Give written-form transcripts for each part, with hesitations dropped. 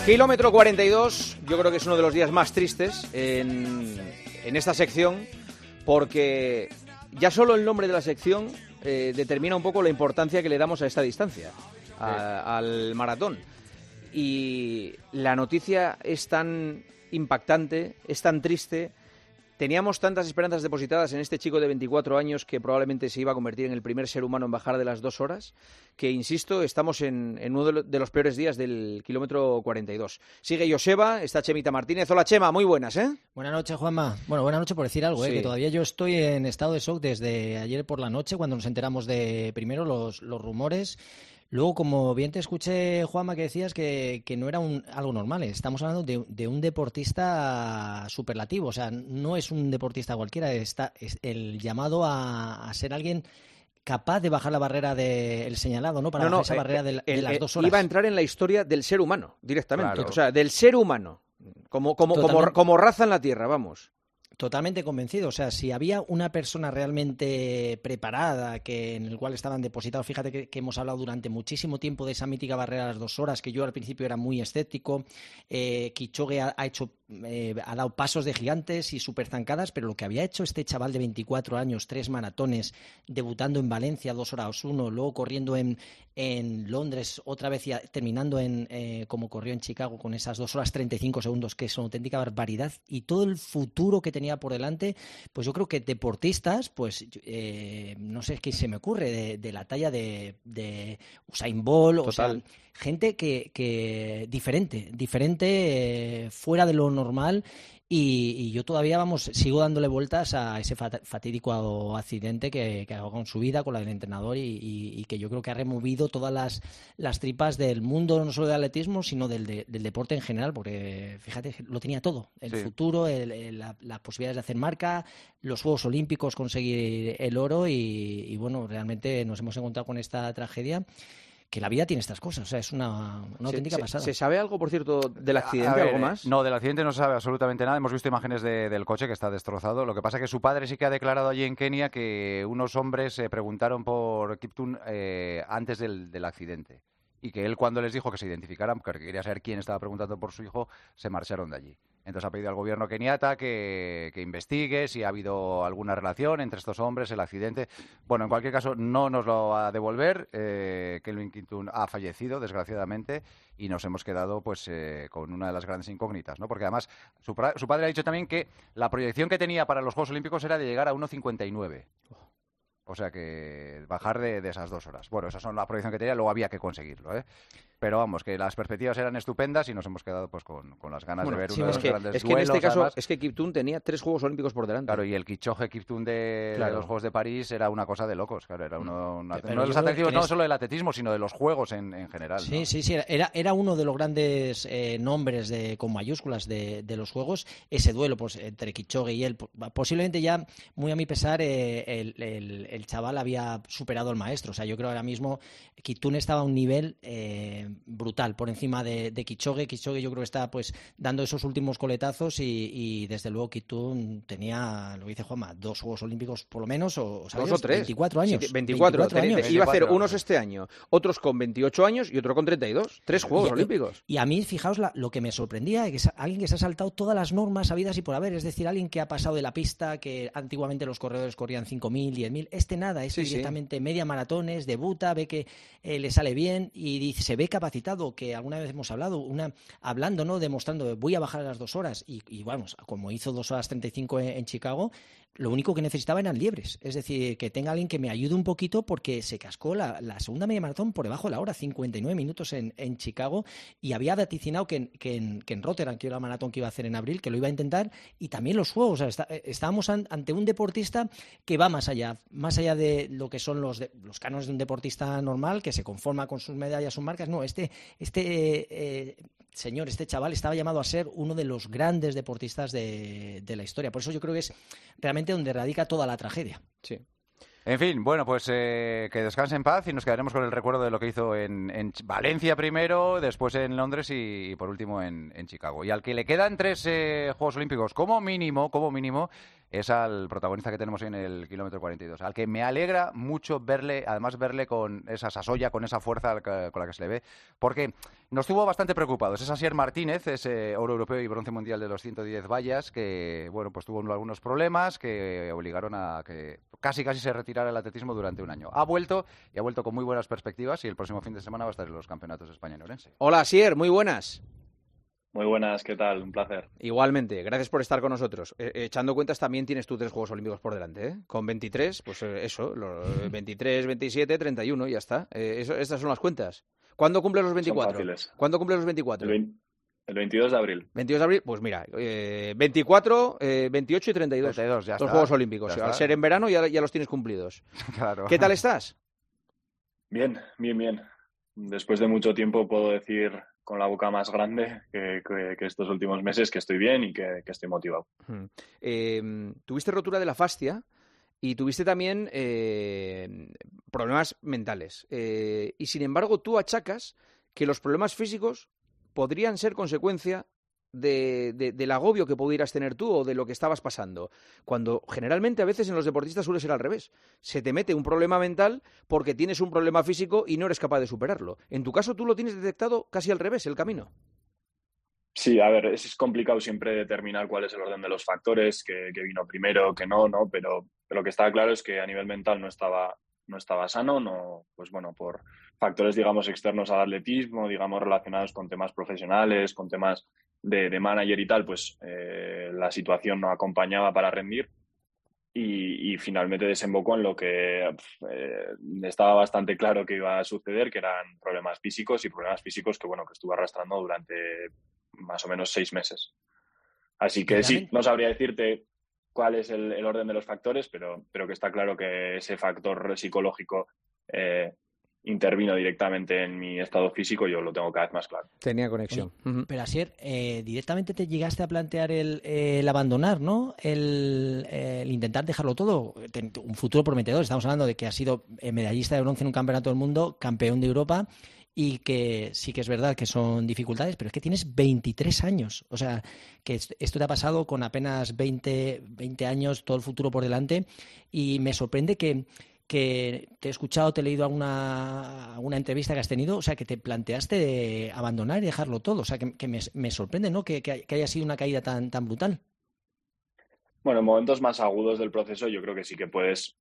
Kilómetro 42, yo creo que es uno de los días más tristes en esta sección, porque ya solo el nombre de la sección determina un poco la importancia que le damos a esta distancia, al maratón. Y la noticia es tan impactante, es tan triste. Teníamos tantas esperanzas depositadas en este chico de 24 años que probablemente se iba a convertir en el primer ser humano en bajar de las 2 horas, que, insisto, estamos en uno de los peores días del kilómetro 42. Sigue Joseba, está Chemita Martínez. Hola, Chema, muy buenas, ¿eh? Buenas noches, Juanma. Bueno, buenas noches por decir algo, Sí. que todavía yo estoy en estado de shock desde ayer por la noche, cuando nos enteramos de, primero, los rumores. Luego, como bien te escuché, Juanma, que decías que no era algo normal. Estamos hablando de un deportista superlativo. O sea, no es un deportista cualquiera. Es el llamado a ser alguien capaz de bajar la barrera del señalado, ¿no? Para bajar esa barrera de las 2 horas. Iba a entrar en la historia del ser humano, directamente. Claro. O sea, del ser humano, como raza en la Tierra, vamos. Totalmente convencido. O sea, si había una persona realmente preparada, en el cual estaban depositados, fíjate que hemos hablado durante muchísimo tiempo de esa mítica barrera de las 2 horas, que yo al principio era muy escéptico. Kipchoge ha dado pasos de gigantes y súper zancadas, pero lo que había hecho este chaval de 24 años, 3 maratones, debutando en Valencia, 2 horas 1, luego corriendo en Londres otra vez y terminando como corrió en Chicago con esas 2 horas 35 segundos, que es una auténtica barbaridad, y todo el futuro que tenía por delante, pues yo creo que deportistas, pues no sé qué se me ocurre, de la talla de Usain Bolt, o sea, gente que diferente, fuera de lo normal. Y yo todavía, sigo dándole vueltas a ese fatídico accidente que acabó con su vida, con la del entrenador, y que yo creo que ha removido todas las tripas del mundo, no solo del atletismo, sino del deporte en general, porque fíjate, lo tenía todo, el futuro, las posibilidades de hacer marca, los Juegos Olímpicos, conseguir el oro, y bueno, realmente nos hemos encontrado con esta tragedia. Que la vida tiene estas cosas, o sea, es una auténtica pasada. ¿Se sabe algo, por cierto, del accidente, algo más? No, del accidente no se sabe absolutamente nada. Hemos visto imágenes del coche que está destrozado. Lo que pasa es que su padre sí que ha declarado allí en Kenia que unos hombres preguntaron por Kiptum antes del accidente. Y que él, cuando les dijo que se identificaran, porque quería saber quién estaba preguntando por su hijo, se marcharon de allí. Entonces ha pedido al gobierno keniata que investigue si ha habido alguna relación entre estos hombres, el accidente. Bueno, en cualquier caso, no nos lo va a devolver. Kelvin Kiptum ha fallecido, desgraciadamente, y nos hemos quedado pues con una de las grandes incógnitas, ¿no? Porque además su padre ha dicho también que la proyección que tenía para los Juegos Olímpicos era de llegar a 1,59. O sea que bajar de esas 2 horas. Bueno, esa son la proyección que tenía, luego había que conseguirlo, ¿eh? Pero vamos, que las perspectivas eran estupendas y nos hemos quedado pues con las ganas de ver uno de los grandes duelos. Es que en este caso, además. Es que Kiptum tenía 3 Juegos Olímpicos por delante. Claro, y el Kipchoge Kiptum de los Juegos de París era una cosa de locos. Claro, era no de los atletismos, no solo del atletismo, sino de los Juegos en general. Sí, ¿no? sí, era uno de los grandes nombres con mayúsculas de los Juegos. Ese duelo pues entre Kipchoge y él, posiblemente ya, muy a mi pesar, el chaval había superado al maestro. O sea, yo creo que ahora mismo Kiptum estaba a un nivel brutal por encima de Kipchoge. Kipchoge yo creo que está pues dando esos últimos coletazos y desde luego Kiptum tenía, lo dice Juanma, 2 Juegos Olímpicos por lo menos, o 2 o 3. 24 años. Sí, 24 años. Iba a hacer unos este año, otros con 28 años y otro con 32. 3 Juegos Olímpicos. Y a mí, fijaos, lo que me sorprendía es que alguien que se ha saltado todas las normas habidas y por haber, es decir, alguien que ha pasado de la pista, que antiguamente los corredores corrían 5.000, 10.000, nada, directamente media maratones, debuta, ve que le sale bien y dice, se ve capacitado, que alguna vez hemos hablado, hablando, ¿no? Demostrando, voy a bajar a las 2 horas y vamos, como hizo 2 horas 35 en Chicago, lo único que necesitaba eran liebres, es decir, que tenga alguien que me ayude un poquito porque se cascó la segunda media maratón por debajo de la hora, 59 minutos en Chicago, y había vaticinado que en Rotterdam, que era la maratón que iba a hacer en abril, que lo iba a intentar, y también los Juegos. O sea, estábamos ante un deportista que va más allá de lo que son los cánones de un deportista normal, que se conforma con sus medallas, sus marcas. No, este chaval estaba llamado a ser uno de los grandes deportistas de la historia. Por eso yo creo que es realmente donde radica toda la tragedia. Sí. En fin, bueno, pues que descanse en paz y nos quedaremos con el recuerdo de lo que hizo en Valencia primero, después en Londres y por último en Chicago. Y al que le quedan 3 Juegos Olímpicos como mínimo, es al protagonista que tenemos en el kilómetro 42, al que me alegra mucho verle con esa sasolla, con esa fuerza con la que se le ve, porque nos tuvo bastante preocupados. Es Asier Martínez, ese oro europeo y bronce mundial de los 110 vallas, que bueno, pues tuvo algunos problemas que obligaron a que casi se retirara el atletismo durante un año. Ha vuelto con muy buenas perspectivas y el próximo fin de semana va a estar en los campeonatos de España en Orense. Hola, Asier, muy buenas. Muy buenas, ¿qué tal? Un placer. Igualmente, gracias por estar con nosotros. Echando cuentas, también tienes tú 3 Juegos Olímpicos por delante, ¿eh? Con 23, pues los 23, 27, 31, ya está. Estas son las cuentas. ¿Cuándo cumples los 24? Son fáciles. ¿Cuándo cumples los 24? El 22 de abril. 22 de abril, pues mira, 24, 28 y 32. 32 ya los está. Juegos Olímpicos. Al ser en verano ya los tienes cumplidos. Claro. ¿Qué tal estás? Bien. Después de mucho tiempo puedo decir con la boca más grande que estos últimos meses que estoy bien y que estoy motivado. Tuviste rotura de la fascia y tuviste también problemas mentales. Y sin embargo tú achacas que los problemas físicos podrían ser consecuencia del agobio que pudieras tener tú o de lo que estabas pasando, cuando generalmente a veces en los deportistas suele ser al revés. Se te mete un problema mental porque tienes un problema físico y no eres capaz de superarlo. En tu caso tú lo tienes detectado casi al revés, el camino. Sí, a ver, es complicado siempre determinar cuál es el orden de los factores, que vino primero, que no, pero lo que está claro es que a nivel mental no estaba sano, pues bueno, por factores, digamos, externos al atletismo, digamos, relacionados con temas profesionales, con temas de manager y tal, pues la situación no acompañaba para rendir y finalmente desembocó en lo que estaba bastante claro que iba a suceder, que eran problemas físicos que, bueno, que estuve arrastrando durante más o menos 6 meses. Así que sí, no sabría decirte cuál es el orden de los factores, pero que está claro que ese factor psicológico intervino directamente en mi estado físico, yo lo tengo cada vez más claro. Tenía conexión. Oye, pero Asier, directamente te llegaste a plantear el abandonar, ¿no? El intentar dejarlo todo. Un futuro prometedor. Estamos hablando de que has sido medallista de bronce en un campeonato del mundo, campeón de Europa, y que sí que es verdad que son dificultades, pero es que tienes 23 años. O sea, que esto te ha pasado con apenas 20 años, todo el futuro por delante, y me sorprende que te he escuchado, te he leído alguna entrevista que has tenido, o sea, que te planteaste de abandonar y dejarlo todo. O sea, que me sorprende, ¿no? Que haya sido una caída tan brutal. Bueno, en momentos más agudos del proceso yo creo que sí que puedes,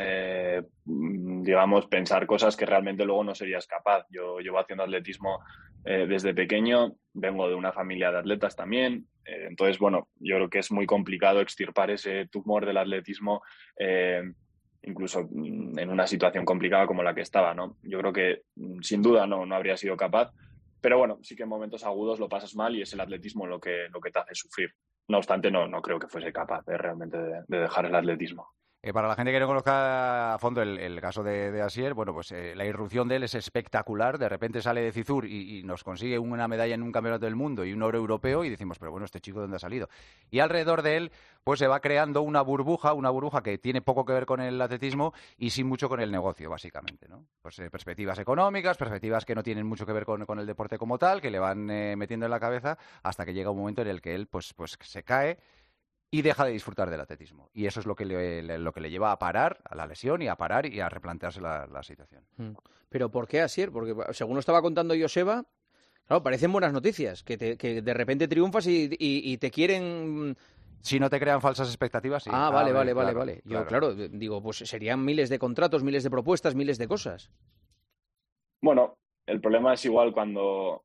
digamos, pensar cosas que realmente luego no serías capaz. Yo llevo haciendo atletismo desde pequeño, vengo de una familia de atletas también, entonces, bueno, yo creo que es muy complicado extirpar ese tumor del atletismo incluso en una situación complicada como la que estaba, ¿no? Yo creo que sin duda no habría sido capaz, pero bueno, sí que en momentos agudos lo pasas mal y es el atletismo lo que te hace sufrir. No obstante, no creo que fuese capaz realmente de dejar el atletismo. Para la gente que no conozca a fondo el caso de Asier, bueno, pues la irrupción de él es espectacular. De repente sale de Cizur y nos consigue una medalla en un campeonato del mundo y un oro europeo y decimos, pero bueno, ¿este chico dónde ha salido? Y alrededor de él pues se va creando una burbuja que tiene poco que ver con el atletismo y sí mucho con el negocio, básicamente, ¿no? Pues perspectivas económicas, perspectivas que no tienen mucho que ver con el deporte como tal, que le van metiendo en la cabeza hasta que llega un momento en el que él pues se cae y deja de disfrutar del atletismo. Y eso es lo que le lleva a parar, a la lesión, y a parar y a replantearse la situación. ¿Pero por qué, Asier? Porque según lo estaba contando Joseba, claro, parecen buenas noticias, que de repente triunfas y te quieren... Si no te crean falsas expectativas, sí. Vale. Claro. Yo, claro, digo, pues serían miles de contratos, miles de propuestas, miles de cosas. Bueno, el problema es igual cuando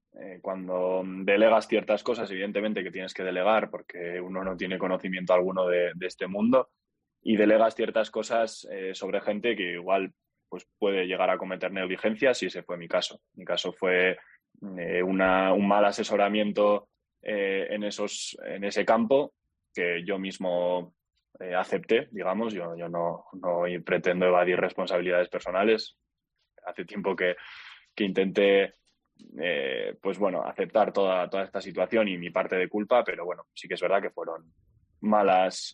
delegas ciertas cosas, evidentemente que tienes que delegar porque uno no tiene conocimiento alguno de este mundo, y delegas ciertas cosas sobre gente que igual pues puede llegar a cometer negligencias, y ese fue mi caso. Mi caso fue un mal asesoramiento en ese campo que yo mismo acepté, digamos. Yo no pretendo evadir responsabilidades personales. Hace tiempo que intenté pues bueno, aceptar toda esta situación y mi parte de culpa, pero bueno, sí que es verdad que fueron mal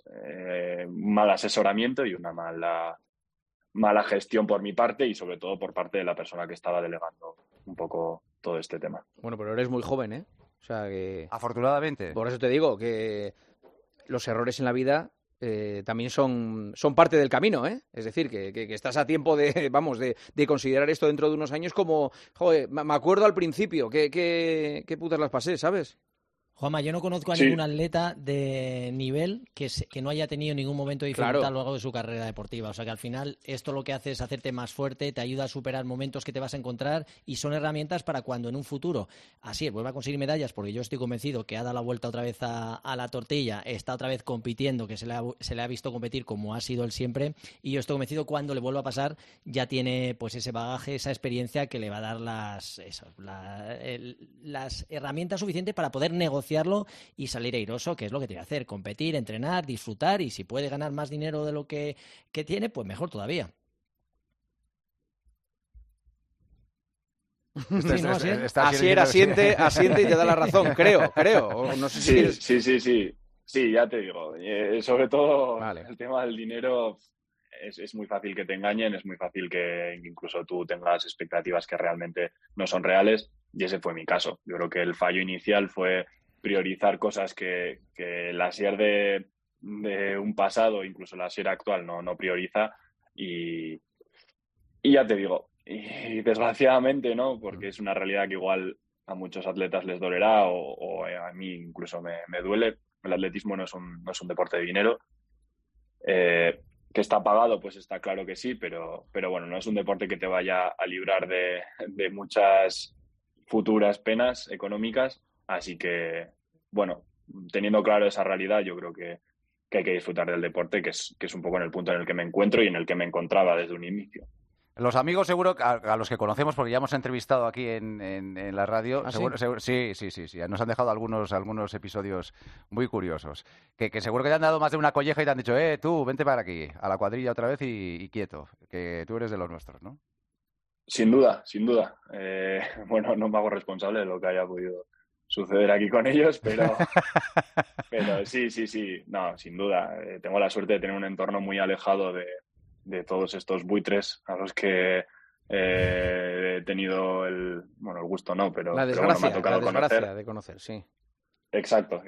asesoramiento y una mala gestión por mi parte y sobre todo por parte de la persona que estaba delegando un poco todo este tema. Bueno, pero eres muy joven, ¿eh? O sea que... Afortunadamente. Por eso te digo que los errores en la vida también son parte del camino, ¿eh? Es decir, que estás a tiempo de considerar esto dentro de unos años como, joder, me acuerdo al principio, qué putas las pasé, ¿sabes? Juanma, yo no conozco a ningún atleta de nivel que no haya tenido ningún momento de dificultad a lo largo de su carrera deportiva. O sea que al final esto lo que hace es hacerte más fuerte, te ayuda a superar momentos que te vas a encontrar y son herramientas para cuando en un futuro así vuelva a conseguir medallas, porque yo estoy convencido que ha dado la vuelta otra vez a la tortilla, está otra vez compitiendo, que se le ha visto competir como ha sido él siempre, y yo estoy convencido cuando le vuelva a pasar ya tiene pues ese bagaje, esa experiencia que le va a dar las herramientas suficientes para poder negociarlo y salir airoso, que es lo que tiene que hacer, competir, entrenar, disfrutar, y si puede ganar más dinero de lo que tiene, pues mejor todavía. Asier asiente y te da la razón, creo. No sé Sí, ya te digo. Sobre todo el tema del dinero es muy fácil que te engañen, es muy fácil que incluso tú tengas expectativas que realmente no son reales, y ese fue mi caso. Yo creo que el fallo inicial fue priorizar cosas que la Asier de un pasado, incluso la Asier actual, no prioriza, y ya te digo, y desgraciadamente no, porque es una realidad que igual a muchos atletas les dolerá o a mí incluso me duele. El atletismo no es un deporte de dinero. Que está pagado, pues está claro que sí, pero bueno, no es un deporte que te vaya a librar de muchas futuras penas económicas. Así que, bueno, teniendo claro esa realidad, yo creo que hay que disfrutar del deporte, que es un poco en el punto en el que me encuentro y en el que me encontraba desde un inicio. Los amigos seguro, a los que conocemos, porque ya hemos entrevistado aquí en la radio, ¿Ah, seguro, sí, nos han dejado algunos episodios muy curiosos, que seguro que te han dado más de una colleja y te han dicho, tú, vente para aquí, a la cuadrilla otra vez y quieto, que tú eres de los nuestros, ¿no? Sin duda. Bueno, no me hago responsable de lo que haya podido suceder aquí con ellos, pero sí, no, sin duda. Tengo la suerte de tener un entorno muy alejado de todos estos buitres a los que he tenido el gusto, no, pero la desgracia, me ha tocado de conocer, sí. Exacto.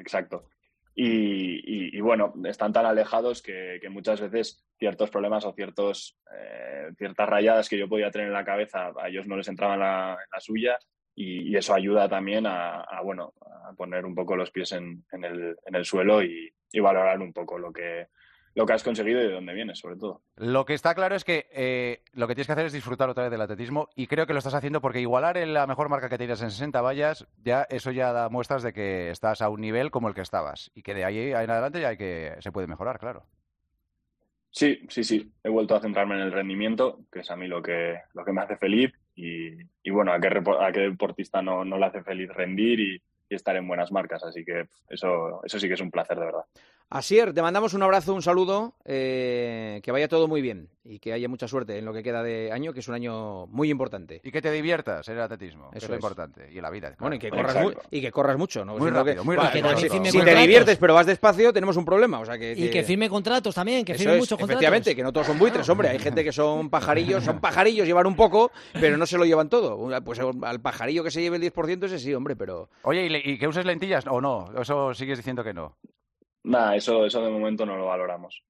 Y bueno, están tan alejados que muchas veces ciertos problemas o ciertas rayadas que yo podía tener en la cabeza, a ellos no les entraban en la suya, y eso ayuda también a poner un poco los pies en el suelo y valorar un poco lo que has conseguido y de dónde vienes, sobre todo. Lo que está claro es que lo que tienes que hacer es disfrutar otra vez del atletismo, y creo que lo estás haciendo, porque igualar la mejor marca que tenías en 60 vallas, eso ya da muestras de que estás a un nivel como el que estabas, y que de ahí en adelante se puede mejorar, claro. Sí. He vuelto a centrarme en el rendimiento, que es a mí lo que me hace feliz, y bueno, a qué deportista no le hace feliz rendir y estar en buenas marcas, así que eso sí que es un placer, de verdad. Asier, te mandamos un abrazo, un saludo, que vaya todo muy bien y que haya mucha suerte en lo que queda de año, que es un año muy importante. Y que te diviertas en el atletismo, que es lo importante, y en la vida. Claro. Bueno, y que corras mucho, ¿no? Muy rápido. Si te diviertes pero vas despacio, tenemos un problema. O sea, y que firme contratos también, que firme muchos contratos. Efectivamente, que no todos son buitres, hombre. Hay gente que son pajarillos, llevan un poco, pero no se lo llevan todo. Pues al pajarillo que se lleve el 10%, ese sí, hombre, pero... Oye, ¿y que uses lentillas o no? ¿Eso sigues diciendo que no? Nada, eso de momento no lo valoramos.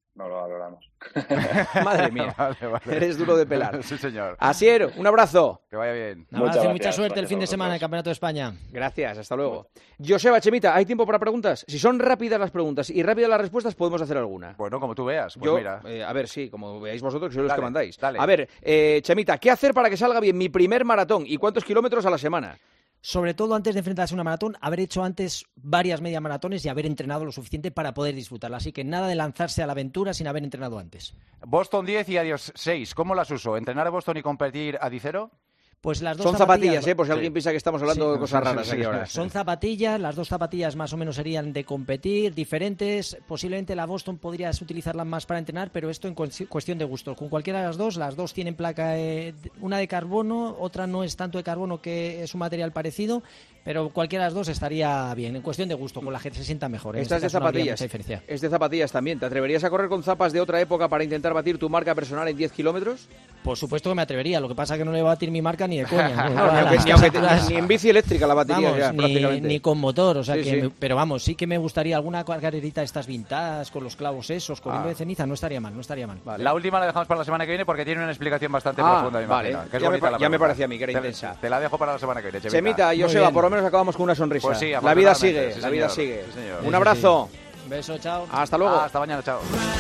Madre mía, vale. Eres duro de pelar. Sí, señor. Asier, un abrazo. Que vaya bien. Mucha suerte el fin de semana en el Campeonato de España. Gracias, hasta luego. Joseba, Chemita, ¿hay tiempo para preguntas? Si son rápidas las preguntas y rápidas las respuestas, podemos hacer alguna. Bueno, como tú veas. Pues mira. A ver, sí, como veáis vosotros, que sois los que mandáis. Dale. A ver, Chemita, ¿qué hacer para que salga bien mi primer maratón y cuántos kilómetros a la semana? Sobre todo antes de enfrentarse a una maratón, haber hecho antes varias media maratones y haber entrenado lo suficiente para poder disfrutarla. Así que nada de lanzarse a la aventura sin haber entrenado antes. Boston 10 y Adiós 6. ¿Cómo las uso? ¿Entrenar a Boston y competir a Dicero? Pues las dos son zapatillas, por si alguien piensa que estamos hablando de cosas raras aquí ahora. Son zapatillas, las dos zapatillas más o menos serían de competir, diferentes. Posiblemente la Boston podrías utilizarla más para entrenar, pero esto en cuestión de gustos. Con cualquiera de las dos tienen placa, una de carbono, otra no es tanto de carbono, que es un material parecido, Pero cualquiera de las dos estaría bien, en cuestión de gusto, con la gente se sienta mejor. Esta es de zapatillas. Es de zapatillas también. ¿Te atreverías a correr con zapas de otra época para intentar batir tu marca personal en 10 kilómetros? Por supuesto que me atrevería, lo que pasa es que no le va a batir mi marca ni de coña. Ni en bici eléctrica la batiría, vamos, prácticamente. Ni con motor, o sea pero vamos, sí que me gustaría alguna carrerita de estas vintage, con los clavos esos, corriendo de ceniza, no estaría mal. Vale. La última la dejamos para la semana que viene porque tiene una explicación bastante profunda, vale. Que es ya me parecía a mí que era intensa. Te la dejo para la semana que viene, Chemita, Joseba, por lo menos acabamos con una sonrisa. Pues sí, la vida sigue, la vida sigue. Un abrazo. Beso, chao. Hasta luego. Hasta mañana, chao.